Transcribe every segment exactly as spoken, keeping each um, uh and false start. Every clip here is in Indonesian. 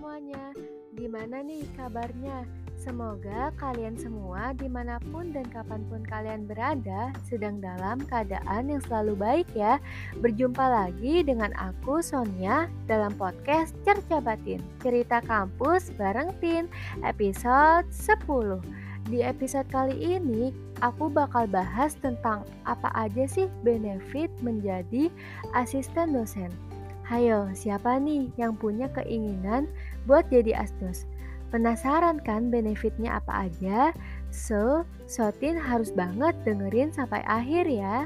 semuanya, gimana nih kabarnya? Semoga kalian semua dimanapun dan kapanpun kalian berada sedang dalam keadaan yang selalu baik ya. Berjumpa lagi dengan aku Sonia dalam podcast Cerca Batin, cerita kampus bareng Tin, episode sepuluh. Di episode kali ini aku bakal bahas tentang apa aja sih benefit menjadi asisten dosen. Hayo, siapa nih yang punya keinginan buat jadi asdos? Penasaran kan benefitnya apa aja? So, Sotin harus banget dengerin sampai akhir ya.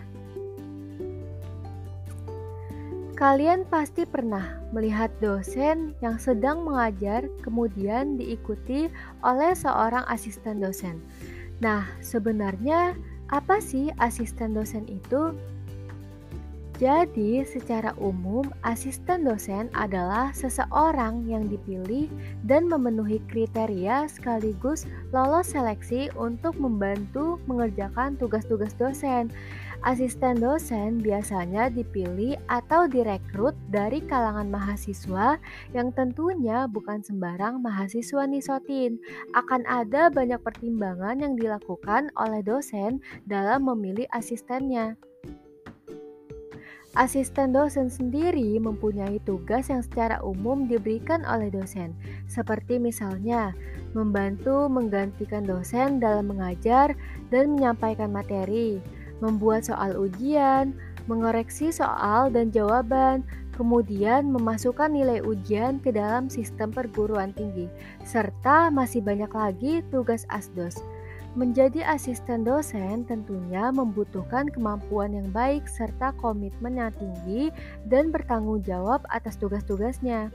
Kalian pasti pernah melihat dosen yang sedang mengajar kemudian diikuti oleh seorang asisten dosen. Nah, sebenarnya apa sih asisten dosen itu? Jadi, secara umum, asisten dosen adalah seseorang yang dipilih dan memenuhi kriteria sekaligus lolos seleksi untuk membantu mengerjakan tugas-tugas dosen. Asisten dosen biasanya dipilih atau direkrut dari kalangan mahasiswa yang tentunya bukan sembarang mahasiswa nisotin. Akan ada banyak pertimbangan yang dilakukan oleh dosen dalam memilih asistennya. Asisten dosen sendiri mempunyai tugas yang secara umum diberikan oleh dosen, seperti misalnya membantu menggantikan dosen dalam mengajar dan menyampaikan materi, membuat soal ujian, mengoreksi soal dan jawaban, kemudian memasukkan nilai ujian ke dalam sistem perguruan tinggi, serta masih banyak lagi tugas asdos. Menjadi asisten dosen tentunya membutuhkan kemampuan yang baik serta komitmen yang tinggi dan bertanggung jawab atas tugas-tugasnya.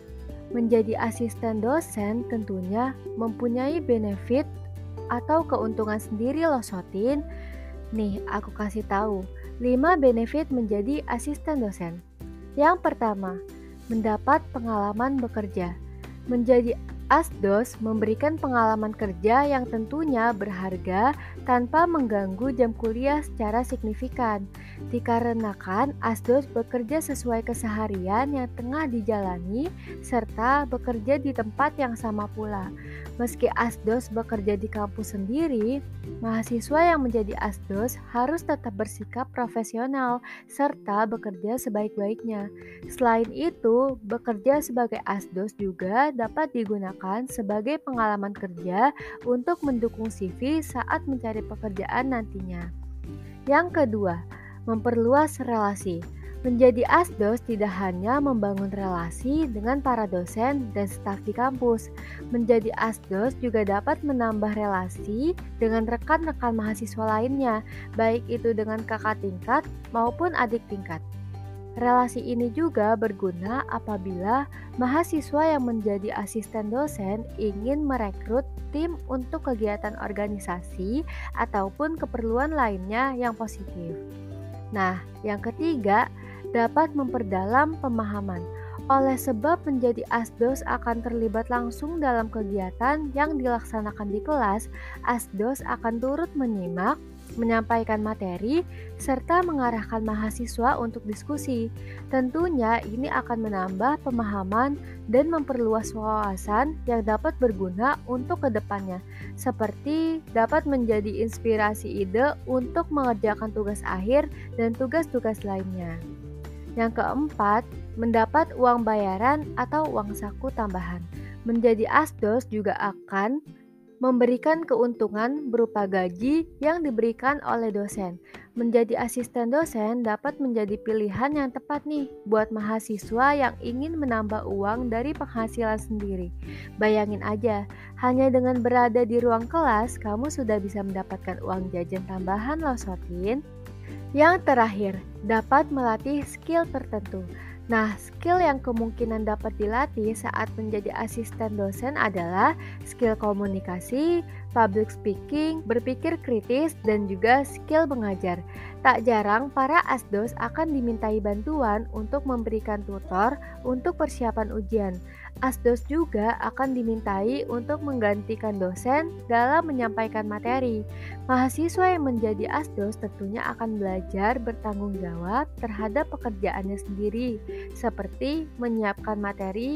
Menjadi asisten dosen tentunya mempunyai benefit atau keuntungan sendiri loh Sotin. Nih, aku kasih tahu lima benefit menjadi asisten dosen. Yang pertama, mendapat pengalaman bekerja. Menjadi asdos memberikan pengalaman kerja yang tentunya berharga tanpa mengganggu jam kuliah secara signifikan. Dikarenakan asdos bekerja sesuai keseharian yang tengah dijalani serta bekerja di tempat yang sama pula. Meski asdos bekerja di kampus sendiri, mahasiswa yang menjadi asdos harus tetap bersikap profesional serta bekerja sebaik-baiknya. Selain itu, bekerja sebagai asdos juga dapat digunakan sebagai pengalaman kerja untuk mendukung C V saat mencari pekerjaan nantinya. Yang kedua, memperluas relasi. Menjadi asdos tidak hanya membangun relasi dengan para dosen dan staf di kampus. Menjadi asdos juga dapat menambah relasi dengan rekan-rekan mahasiswa lainnya, baik itu dengan kakak tingkat maupun adik tingkat. Relasi ini juga berguna apabila mahasiswa yang menjadi asisten dosen ingin merekrut tim untuk kegiatan organisasi ataupun keperluan lainnya yang positif. Nah, yang ketiga, dapat memperdalam pemahaman. Oleh sebab menjadi asdos akan terlibat langsung dalam kegiatan yang dilaksanakan di kelas, asdos akan turut menyimak, menyampaikan materi, serta mengarahkan mahasiswa untuk diskusi. Tentunya ini akan menambah pemahaman dan memperluas wawasan yang dapat berguna untuk kedepannya, seperti dapat menjadi inspirasi ide untuk mengerjakan tugas akhir dan tugas-tugas lainnya. Yang keempat, mendapat uang bayaran atau uang saku tambahan. Menjadi asdos juga akan memberikan keuntungan berupa gaji yang diberikan oleh dosen. Menjadi asisten dosen dapat menjadi pilihan yang tepat nih buat mahasiswa yang ingin menambah uang dari penghasilan sendiri. Bayangin aja, hanya dengan berada di ruang kelas, kamu sudah bisa mendapatkan uang jajan tambahan loh Sotin. Yang terakhir, dapat melatih skill tertentu. Nah, skill yang kemungkinan dapat dilatih saat menjadi asisten dosen adalah skill komunikasi, public speaking, berpikir kritis, dan juga skill mengajar. Tak jarang para asdos akan dimintai bantuan untuk memberikan tutor untuk persiapan ujian. Asdos juga akan dimintai untuk menggantikan dosen dalam menyampaikan materi. Mahasiswa yang menjadi asdos tentunya akan belajar bertanggung jawab terhadap pekerjaannya sendiri, seperti menyiapkan materi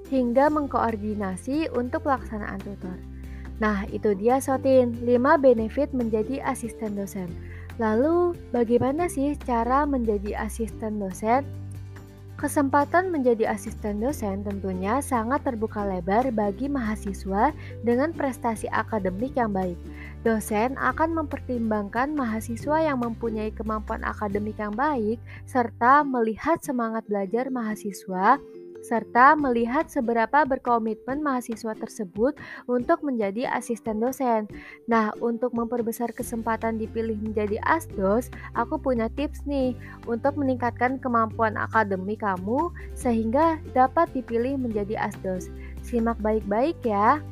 hingga mengkoordinasi untuk pelaksanaan tutor. Nah, itu dia Sotin, lima benefit menjadi asisten dosen. Lalu, bagaimana sih cara menjadi asisten dosen? Kesempatan menjadi asisten dosen tentunya sangat terbuka lebar bagi mahasiswa dengan prestasi akademik yang baik. Dosen akan mempertimbangkan mahasiswa yang mempunyai kemampuan akademik yang baik, serta melihat semangat belajar mahasiswa, serta melihat seberapa berkomitmen mahasiswa tersebut untuk menjadi asisten dosen. Nah, untuk memperbesar kesempatan dipilih menjadi asdos, aku punya tips nih untuk meningkatkan kemampuan akademik kamu sehingga dapat dipilih menjadi asdos. Simak baik-baik ya.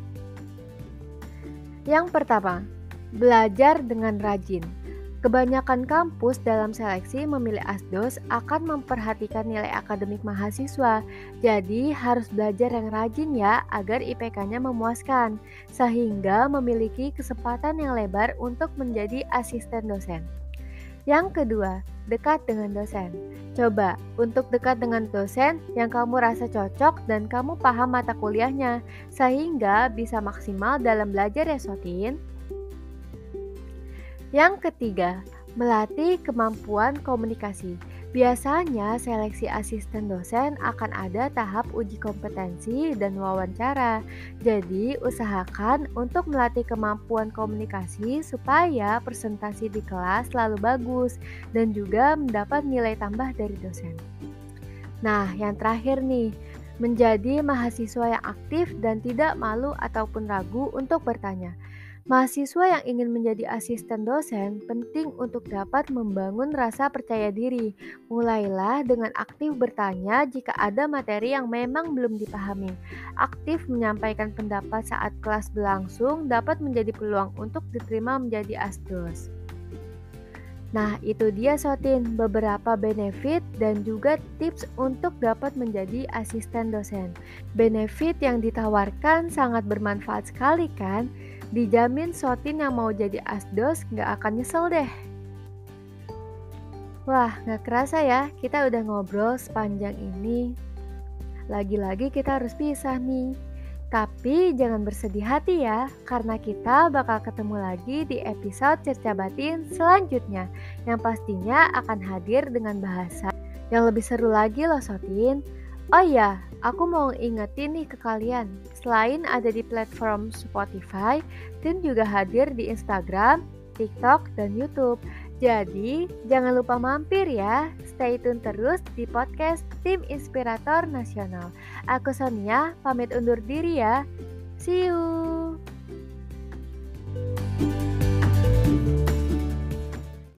Yang pertama, belajar dengan rajin. Kebanyakan kampus dalam seleksi memilih asdos akan memperhatikan nilai akademik mahasiswa. Jadi harus belajar yang rajin ya agar I P K-nya memuaskan, sehingga memiliki kesempatan yang lebar untuk menjadi asisten dosen. Yang kedua, dekat dengan dosen. Coba untuk dekat dengan dosen yang kamu rasa cocok dan kamu paham mata kuliahnya, sehingga bisa maksimal dalam belajar ya Sotin. Yang ketiga, melatih kemampuan komunikasi. Biasanya seleksi asisten dosen akan ada tahap uji kompetensi dan wawancara. Jadi, usahakan untuk melatih kemampuan komunikasi supaya presentasi di kelas selalu bagus dan juga mendapat nilai tambah dari dosen. Nah, yang terakhir nih, menjadi mahasiswa yang aktif dan tidak malu ataupun ragu untuk bertanya. Mahasiswa yang ingin menjadi asisten dosen penting untuk dapat membangun rasa percaya diri. Mulailah dengan aktif bertanya jika ada materi yang memang belum dipahami. Aktif menyampaikan pendapat saat kelas berlangsung dapat menjadi peluang untuk diterima menjadi asdos. Nah, itu dia Sotin, beberapa benefit dan juga tips untuk dapat menjadi asisten dosen. Benefit yang ditawarkan sangat bermanfaat sekali kan? Dijamin Sotin yang mau jadi asdos gak akan nyesel deh. Wah, gak kerasa ya, kita udah ngobrol sepanjang ini. Lagi-lagi kita harus pisah nih. Tapi jangan bersedih hati ya, karena kita bakal ketemu lagi di episode Cerca Batin selanjutnya, yang pastinya akan hadir dengan bahasa yang lebih seru lagi loh Sotin. Oh iya, aku mau ingetin nih ke kalian, selain ada di platform Spotify, Tin juga hadir di Instagram, TikTok, dan YouTube. Jadi, jangan lupa mampir ya. Stay tune terus di podcast Tim Inspirator Nasional. Aku Sonia, pamit undur diri ya. See you!